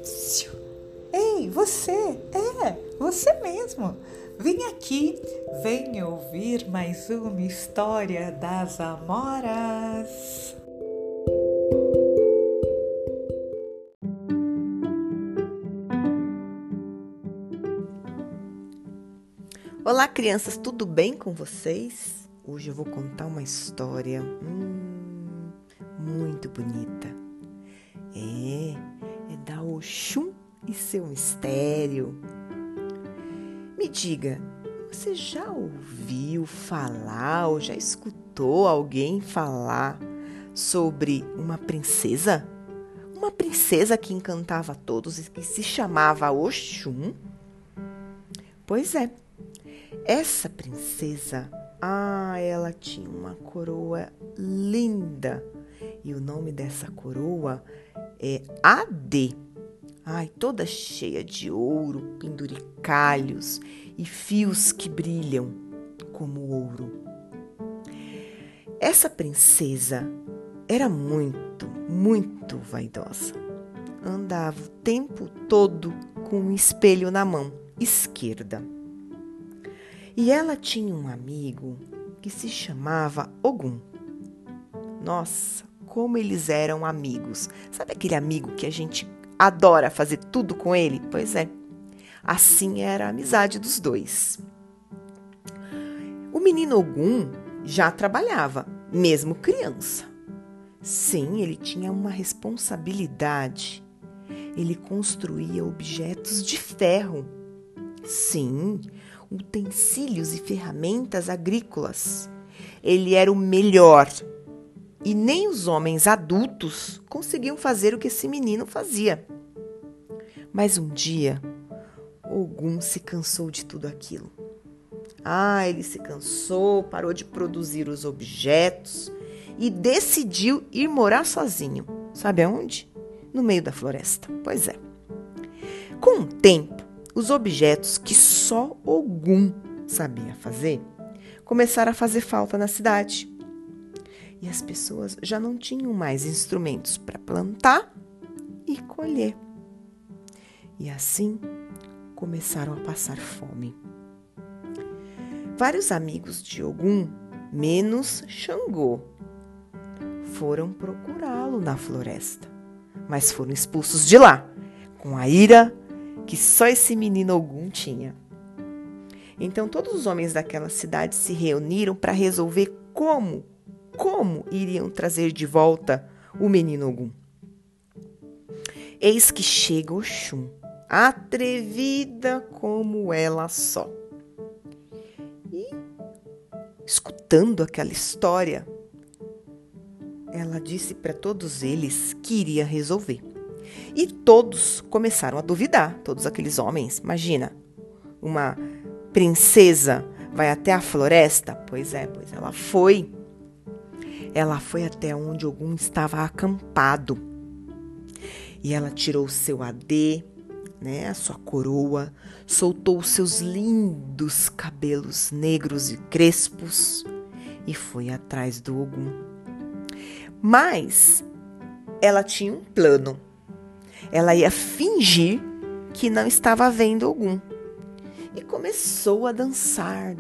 Psiu. Ei, você! Você mesmo! Vem aqui, vem ouvir mais uma história das Amoras! Olá, crianças, tudo bem com vocês? Hoje eu vou contar uma história muito bonita. É da Oxum e seu mistério. Me diga, você já ouviu falar ou já escutou alguém falar sobre uma princesa? Uma princesa que encantava todos e que se chamava Oxum? Pois é. Essa princesa, ela tinha uma coroa linda. E o nome dessa coroa é Adê. Toda cheia de ouro, penduricalhos e fios que brilham como ouro. Essa princesa era muito, muito vaidosa. Andava o tempo todo com um espelho na mão esquerda. E ela tinha um amigo que se chamava Ogum. Nossa, como eles eram amigos. Sabe aquele amigo que a gente adora fazer tudo com ele? Pois é, assim era a amizade dos dois. O menino Ogum já trabalhava, mesmo criança. Sim, ele tinha uma responsabilidade. Ele construía objetos de ferro. Sim, utensílios e ferramentas agrícolas. Ele era o melhor. E nem os homens adultos conseguiam fazer o que esse menino fazia. Mas um dia, Ogum se cansou de tudo aquilo. Ele se cansou, parou de produzir os objetos e decidiu ir morar sozinho. Sabe aonde? No meio da floresta. Pois é. Com o tempo, os objetos que só Ogum sabia fazer começaram a fazer falta na cidade. E as pessoas já não tinham mais instrumentos para plantar e colher. E assim começaram a passar fome. Vários amigos de Ogum, menos Xangô, foram procurá-lo na floresta, mas foram expulsos de lá, com a ira que só esse menino Ogum tinha. Então todos os homens daquela cidade se reuniram para resolver como iriam trazer de volta o menino Ogum. Eis que chega Oxum, atrevida como ela só. E, escutando aquela história, ela disse para todos eles que iria resolver. E todos começaram a duvidar, todos aqueles homens. Imagina, uma princesa vai até a floresta? Pois ela foi. Ela foi até onde Ogum estava acampado. E ela tirou o seu adê, a sua coroa, soltou os seus lindos cabelos negros e crespos e foi atrás do Ogum. Mas ela tinha um plano. Ela ia fingir que não estava vendo Ogum. E começou a dançar,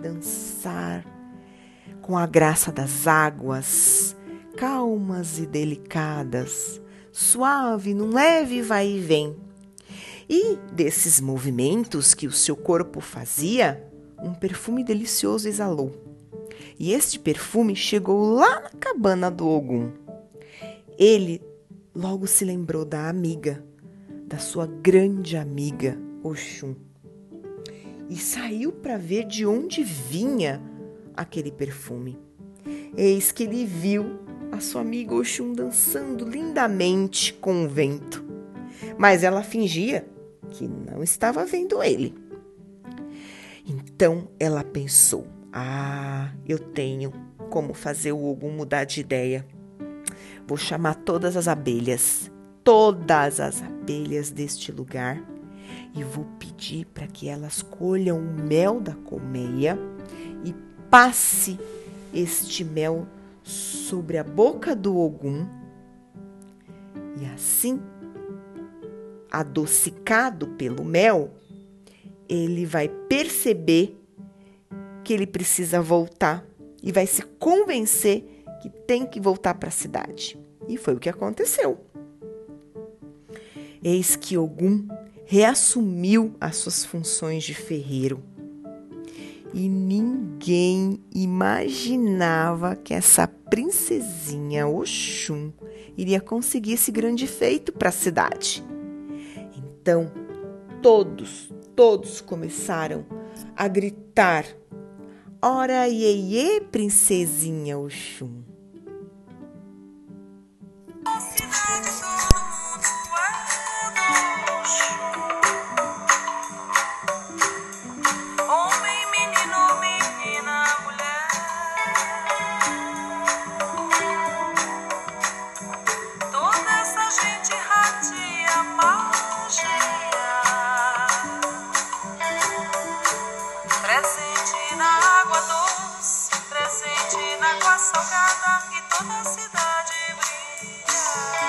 com a graça das águas, calmas e delicadas, suave, num leve vai e vem. E desses movimentos que o seu corpo fazia, um perfume delicioso exalou. E este perfume chegou lá na cabana do Ogum. Ele logo se lembrou da amiga, da sua grande amiga, Oxum. E saiu para ver de onde vinha aquele perfume. Eis que ele viu a sua amiga Oxum dançando lindamente com o vento. Mas ela fingia que não estava vendo ele. Então ela pensou, eu tenho como fazer o Ogum mudar de ideia. Vou chamar todas as abelhas deste lugar e vou pedir para que elas colham o mel da colmeia e passe este mel sobre a boca do Ogum. E assim adocicado pelo mel, ele vai perceber que ele precisa voltar e vai se convencer que tem que voltar para a cidade. E foi o que aconteceu. Eis que Ogum reassumiu as suas funções de ferreiro. E ninguém imaginava que essa princesinha Oxum iria conseguir esse grande feito para a cidade. Então, todos começaram a gritar: ora iê, princesinha Oxum. Presente na água doce, presente na água salgada, e toda a cidade brilha.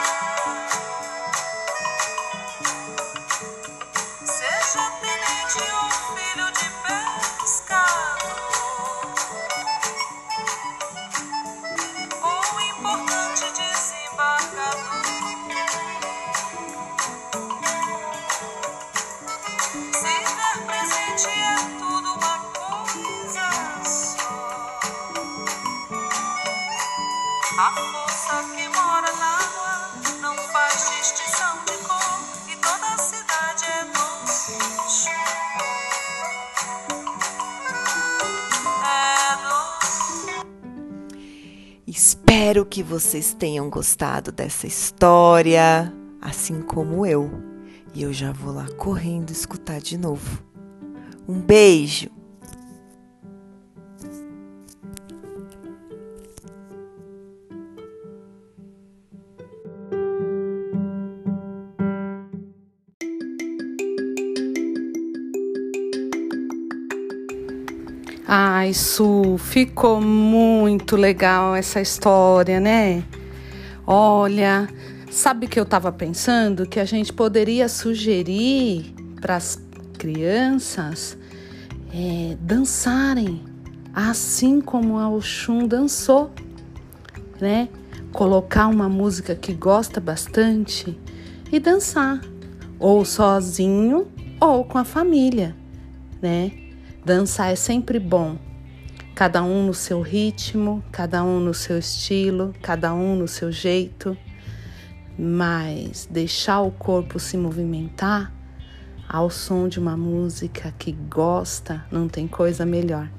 Seja tenente ou filho de pescador, ou importante desembargador, se der presente é tudo uma coisa só. A força que mora na água não faz distinção de cor, e toda a cidade é doce. É doce. Espero que vocês tenham gostado dessa história, assim como eu. E eu já vou lá correndo escutar de novo. Um beijo! Ai, Su, ficou muito legal essa história, né? Olha, sabe o que eu estava pensando? Que a gente poderia sugerir para as crianças dançarem assim como a Oxum dançou, né? Colocar uma música que gosta bastante e dançar, ou sozinho ou com a família, né? Dançar é sempre bom, cada um no seu ritmo, cada um no seu estilo, cada um no seu jeito, mas deixar o corpo se movimentar ao som de uma música que gosta não tem coisa melhor.